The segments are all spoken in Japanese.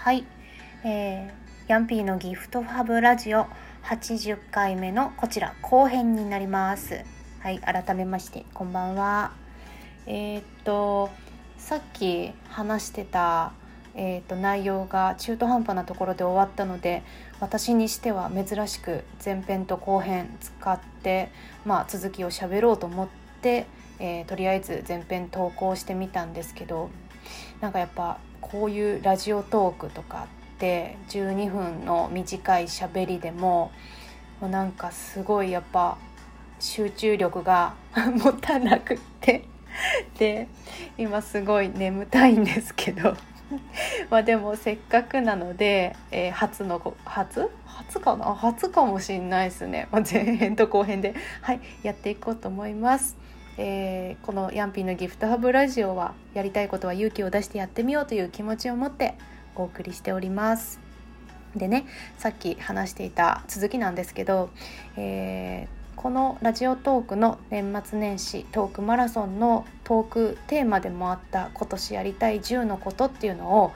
はい、ヤンピーのギフトファブラジオ80回目のこちら後編になります。はい、改めましてこんばんは。さっき話してた、内容が中途半端なところで終わったので、私にしては珍しく前編と後編使って、続きを喋ろうと思って、とりあえず前編投稿してみたんですけど、なんかやっぱこういうラジオトークとかって12分の短い喋りでもなんかすごいやっぱ集中力が持たなくってで今すごい眠たいんですけどでもせっかくなので、初かもしれないですね。前編と後編で、やっていこうと思います。このヤンピーのギフトハブラジオはやりたいことは勇気を出してやってみようという気持ちを持ってお送りしております。でね、さっき話していた続きなんですけど、このラジオトークの年末年始トークマラソンのトークテーマでもあった今年やりたい10のことっていうのを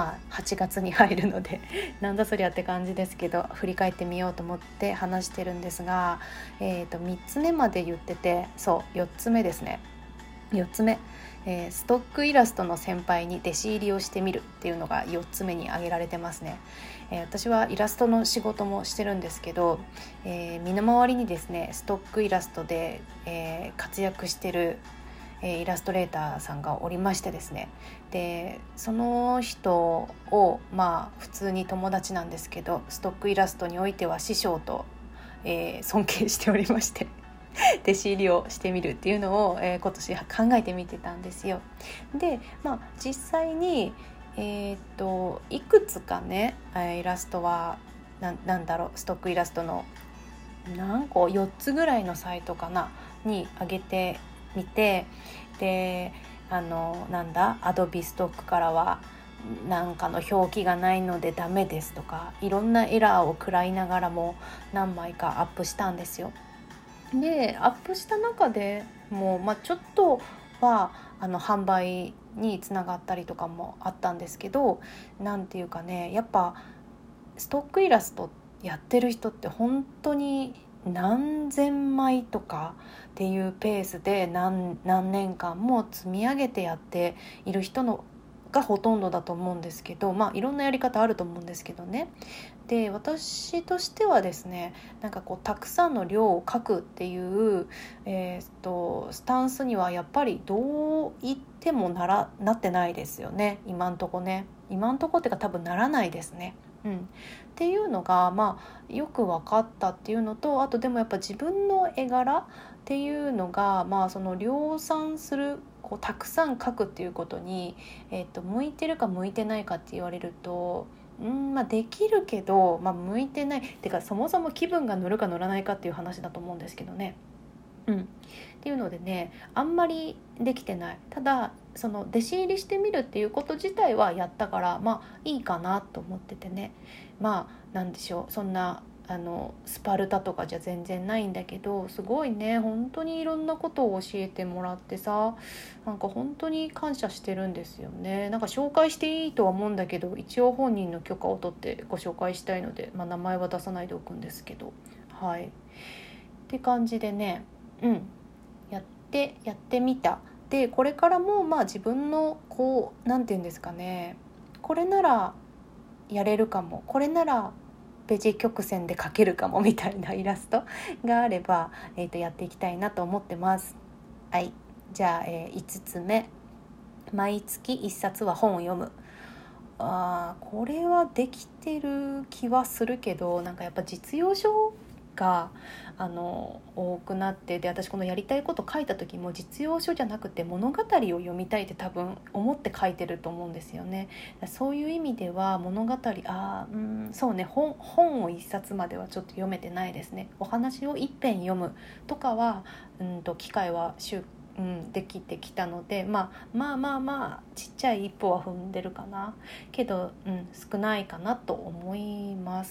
8月に入るのでなんだそりゃって感じですけど振り返ってみようと思って話してるんですが、3つ目まで言ってて、そう4つ目ですね。4つ目、ストックイラストの先輩に弟子入りをしてみるっていうのが4つ目に挙げられてますね。私はイラストの仕事もしてるんですけど、身の回りにですねストックイラストで、活躍してる、イラストレーターさんがおりましてですね、でその人を普通に友達なんですけど、ストックイラストにおいては師匠と、尊敬しておりまして弟子入りをしてみるっていうのを、今年考えてみてたんですよ。で、実際に、いくつかねイラストはストックイラストの何個4つぐらいのサイトかなに上げてみて、でアドビストックからはなんかの表記がないのでダメですとか、いろんなエラーを食らいながらも何枚かアップしたんですよ。でアップした中でもちょっとは販売につながったりとかもあったんですけど、なんていうかね、やっぱストックイラストやってる人って本当に何千枚とかっていうペースで何年間も積み上げてやっている人のがほとんどだと思うんですけど、いろんなやり方あると思うんですけどね。で私としてはですね、たくさんの量を書くっていう、スタンスにはやっぱりどう言ってもなってないですよね、今んとこね。今んとこっていうか多分ならないですね。っていうのがよく分かったっていうのと、あとでもやっぱ自分の絵柄っていうのが、その量産するたくさん書くっていうことに、向いてるか向いてないかって言われるとできるけど、向いてないってか、そもそも気分が乗るか乗らないかっていう話だと思うんですけどね。っていうのでね、あんまりできてない。ただその弟子入りしてみるっていうこと自体はやったからいいかなと思っててね。なんでしょう、そんなスパルタとかじゃ全然ないんだけど、すごいね本当にいろんなことを教えてもらってさ、本当に感謝してるんですよね。紹介していいとは思うんだけど、一応本人の許可を取ってご紹介したいので、名前は出さないでおくんですけど、って感じでね、やってみた。でこれからも自分のなんていうんですかね、これならやれるかも、これならベジ曲線で描けるかもみたいなイラストがあれば、やっていきたいなと思ってます。じゃあ、5つ目、毎月1冊は本を読む。これはできてる気はするけど、やっぱ実用書が多くなって、で私このやりたいこと書いた時も実用書じゃなくて物語を読みたいって多分思って書いてると思うんですよね。そういう意味では物語そうね、本を一冊まではちょっと読めてないですね。お話を一編読むとかは機会はできてきたので、ちっちゃい一歩は踏んでるかなけど、少ないかなと思います。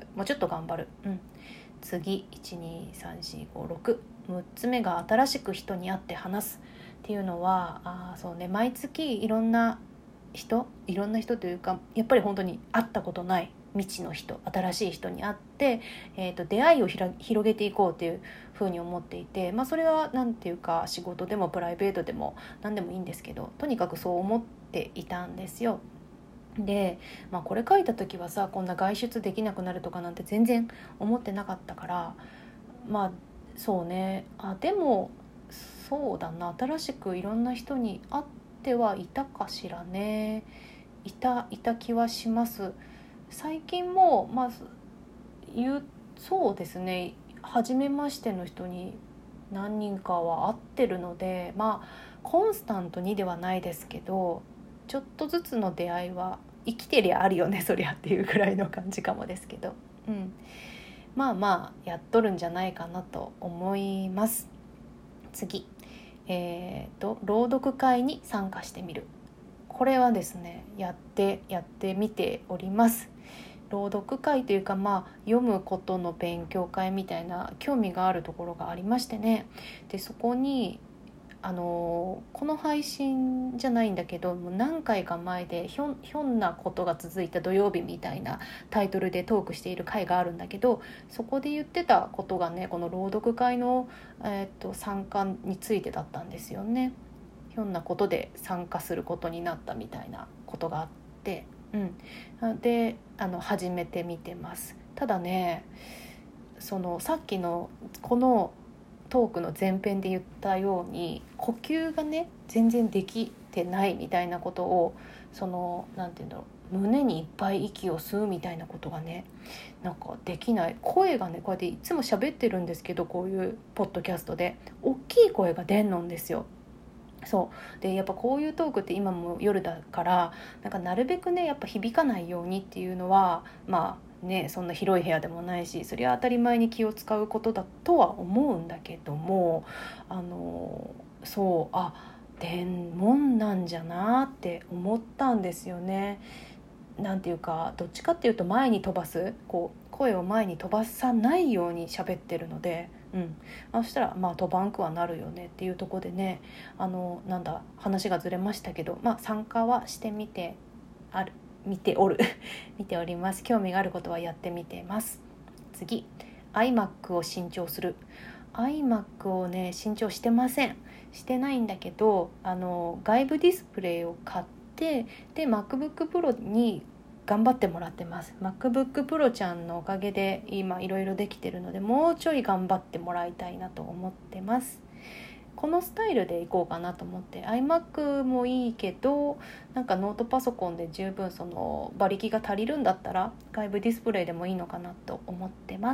もうちょっと頑張る。次 1,2,3,4,5,6 6つ目が新しく人に会って話すっていうのはそうね、毎月いろんないろんな人というか、やっぱり本当に会ったことない未知の人、新しい人に会って、出会いを広げていこうっていうふうに思っていて、それはなんていうか仕事でもプライベートでも何でもいいんですけど、とにかくそう思っていたんですよ。で、これ書いた時はさ、こんな外出できなくなるとかなんて全然思ってなかったから、そうね、でもそうだな、新しくいろんな人に会ってはいたかしらね。いた気はします。最近もそうですね、初めましての人に何人かは会ってるので、コンスタントにではないですけど、ちょっとずつの出会いは生きてりゃあるよねそりゃっていうくらいの感じかもですけど、やっとるんじゃないかなと思います。次、朗読会に参加してみる。これはですね、やってみております。朗読会というか、読むことの勉強会みたいな興味があるところがありましてね。でそこにこの配信じゃないんだけど、もう何回か前でひょんなことが続いた土曜日みたいなタイトルでトークしている回があるんだけど、そこで言ってたことがね、この朗読会の、参加についてだったんですよね。ひょんなことで参加することになったみたいなことがあって、で始めてみてます。ただね、さっきのこのトークの前編で言ったように、呼吸がね全然できてないみたいなことを、なんて言うんだろう、胸にいっぱい息を吸うみたいなことがね、なんかできない。声がね、こうやっていつも喋ってるんですけど、こういうポッドキャストで大きい声が出んのんですよ。そうで、やっぱこういうトークって今も夜だから、なるべくねやっぱ響かないようにっていうのは、そんな広い部屋でもないし、それは当たり前に気を使うことだとは思うんだけども、でんもんなんじゃなって思ったんですよね。なんていうか、どっちかっていうと前に飛ばす、声を前に飛ばさないように喋ってるので、そしたら飛ばんくはなるよねっていうところでね、話がずれましたけど、参加はしてみて見ております。興味があることはやってみています。次、 iMac を新調する。 iMac をね新調してないんだけど、外部ディスプレイを買って、で MacBook Pro に頑張ってもらってます。 MacBook Pro ちゃんのおかげで今いろいろできてるので、もうちょい頑張ってもらいたいなと思ってます。このスタイルでいこうかなと思って、 iMac もいいけど、ノートパソコンで十分馬力が足りるんだったら外部ディスプレイでもいいのかなと思ってます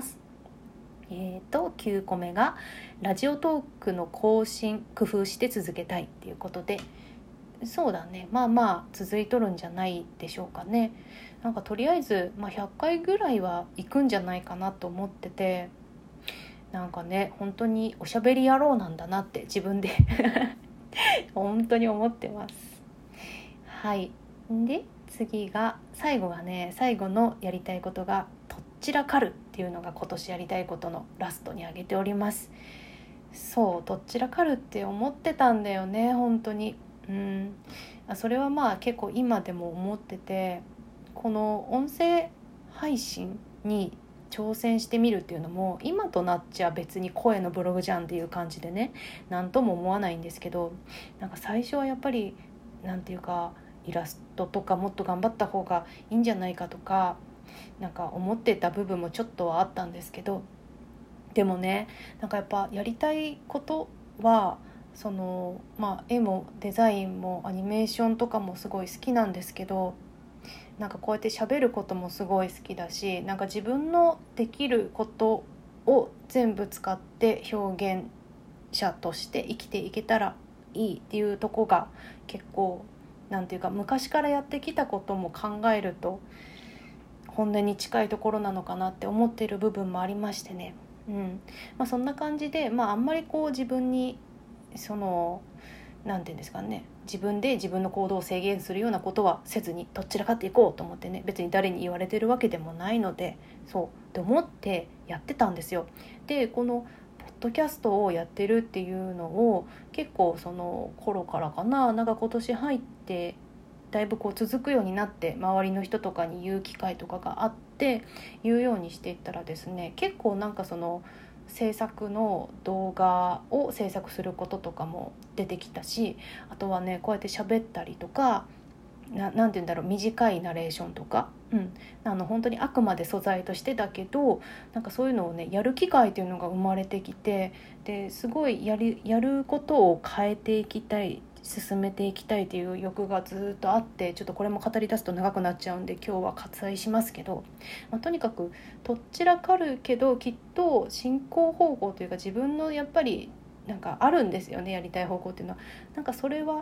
。9個目がラジオトークの更新工夫して続けたいっていうことで、そうだね、続いとるんじゃないでしょうかね。とりあえず、100回ぐらいは行くんじゃないかなと思ってて、本当におしゃべり野郎なんだなって自分で本当に思ってます。はい。で最後のやりたいことがとっちらかるっていうのが今年やりたいことのラストに挙げております。そう、とっちらかるって思ってたんだよね、本当に。それは結構今でも思ってて、この音声配信に挑戦してみるっていうのも、今となっちゃ別に声のブログじゃんっていう感じでね、何とも思わないんですけど、最初はやっぱりなんていうか、イラストとかもっと頑張った方がいいんじゃないかとか思ってた部分もちょっとはあったんですけど、でもね、やっぱやりたいことは絵もデザインもアニメーションとかもすごい好きなんですけど、こうやって喋ることもすごい好きだし、自分のできることを全部使って表現者として生きていけたらいいっていうとこが結構なんていうか、昔からやってきたことも考えると本音に近いところなのかなって思っている部分もありましてね。そんな感じで、あんまり自分になんていうんですかね、自分で自分の行動を制限するようなことはせずに、どちらかっていこうと思ってね、別に誰に言われてるわけでもないので、そうって思ってやってたんですよ。でこのポッドキャストをやってるっていうのを結構その頃からかな、今年入ってだいぶこう続くようになって、周りの人とかに言う機会とかがあって言うようにしていったらですね、結構なんかその制作の動画を制作することとかも出てきたし、あとはねこうやって喋ったりとか、なんて言うんだろう、短いナレーションとか、本当にあくまで素材としてだけど、なんかそういうのをねやる機会っていうのが生まれてきて、ですごいやることを変えていきたい、進めていきたいという欲がずっとあって、ちょっとこれも語り出すと長くなっちゃうんで今日は割愛しますけど、とにかくとっちらかるけどきっと進行方向というか、自分のやっぱりなんかあるんですよね、やりたい方向っていうのは。なんかそれは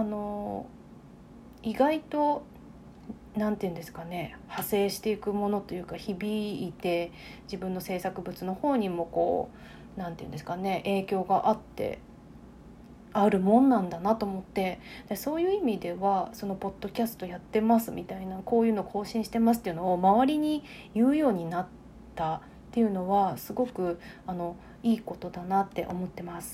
意外となんていうんですかね、派生していくものというか、響いて自分の制作物の方にもこうなんていうんですかね、影響があるもんなんだなと思って、でそういう意味ではそのポッドキャストやってますみたいな、こういうの更新してますっていうのを周りに言うようになったっていうのはすごくいいことだなって思ってます。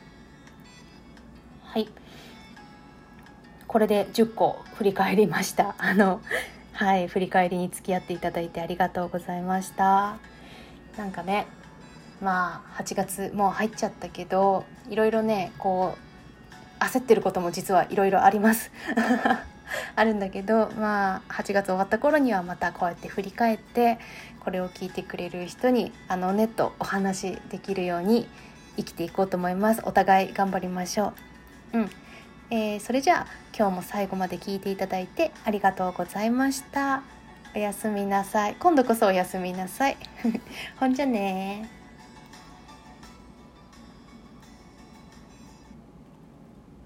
はい、これで10個振り返りました。はい、振り返りに付き合っていただいてありがとうございました。なんかね、まあ8月もう入っちゃったけど、いろいろねこう焦ってることも実はいろいろありますあるんだけど、まあ8月終わった頃にはまたこうやって振り返って、これを聞いてくれる人にネットお話できるように生きていこうと思います。お互い頑張りましょう。それじゃあ今日も最後まで聞いていただいてありがとうございました。おやすみなさい。今度こそおやすみなさいほんじゃね。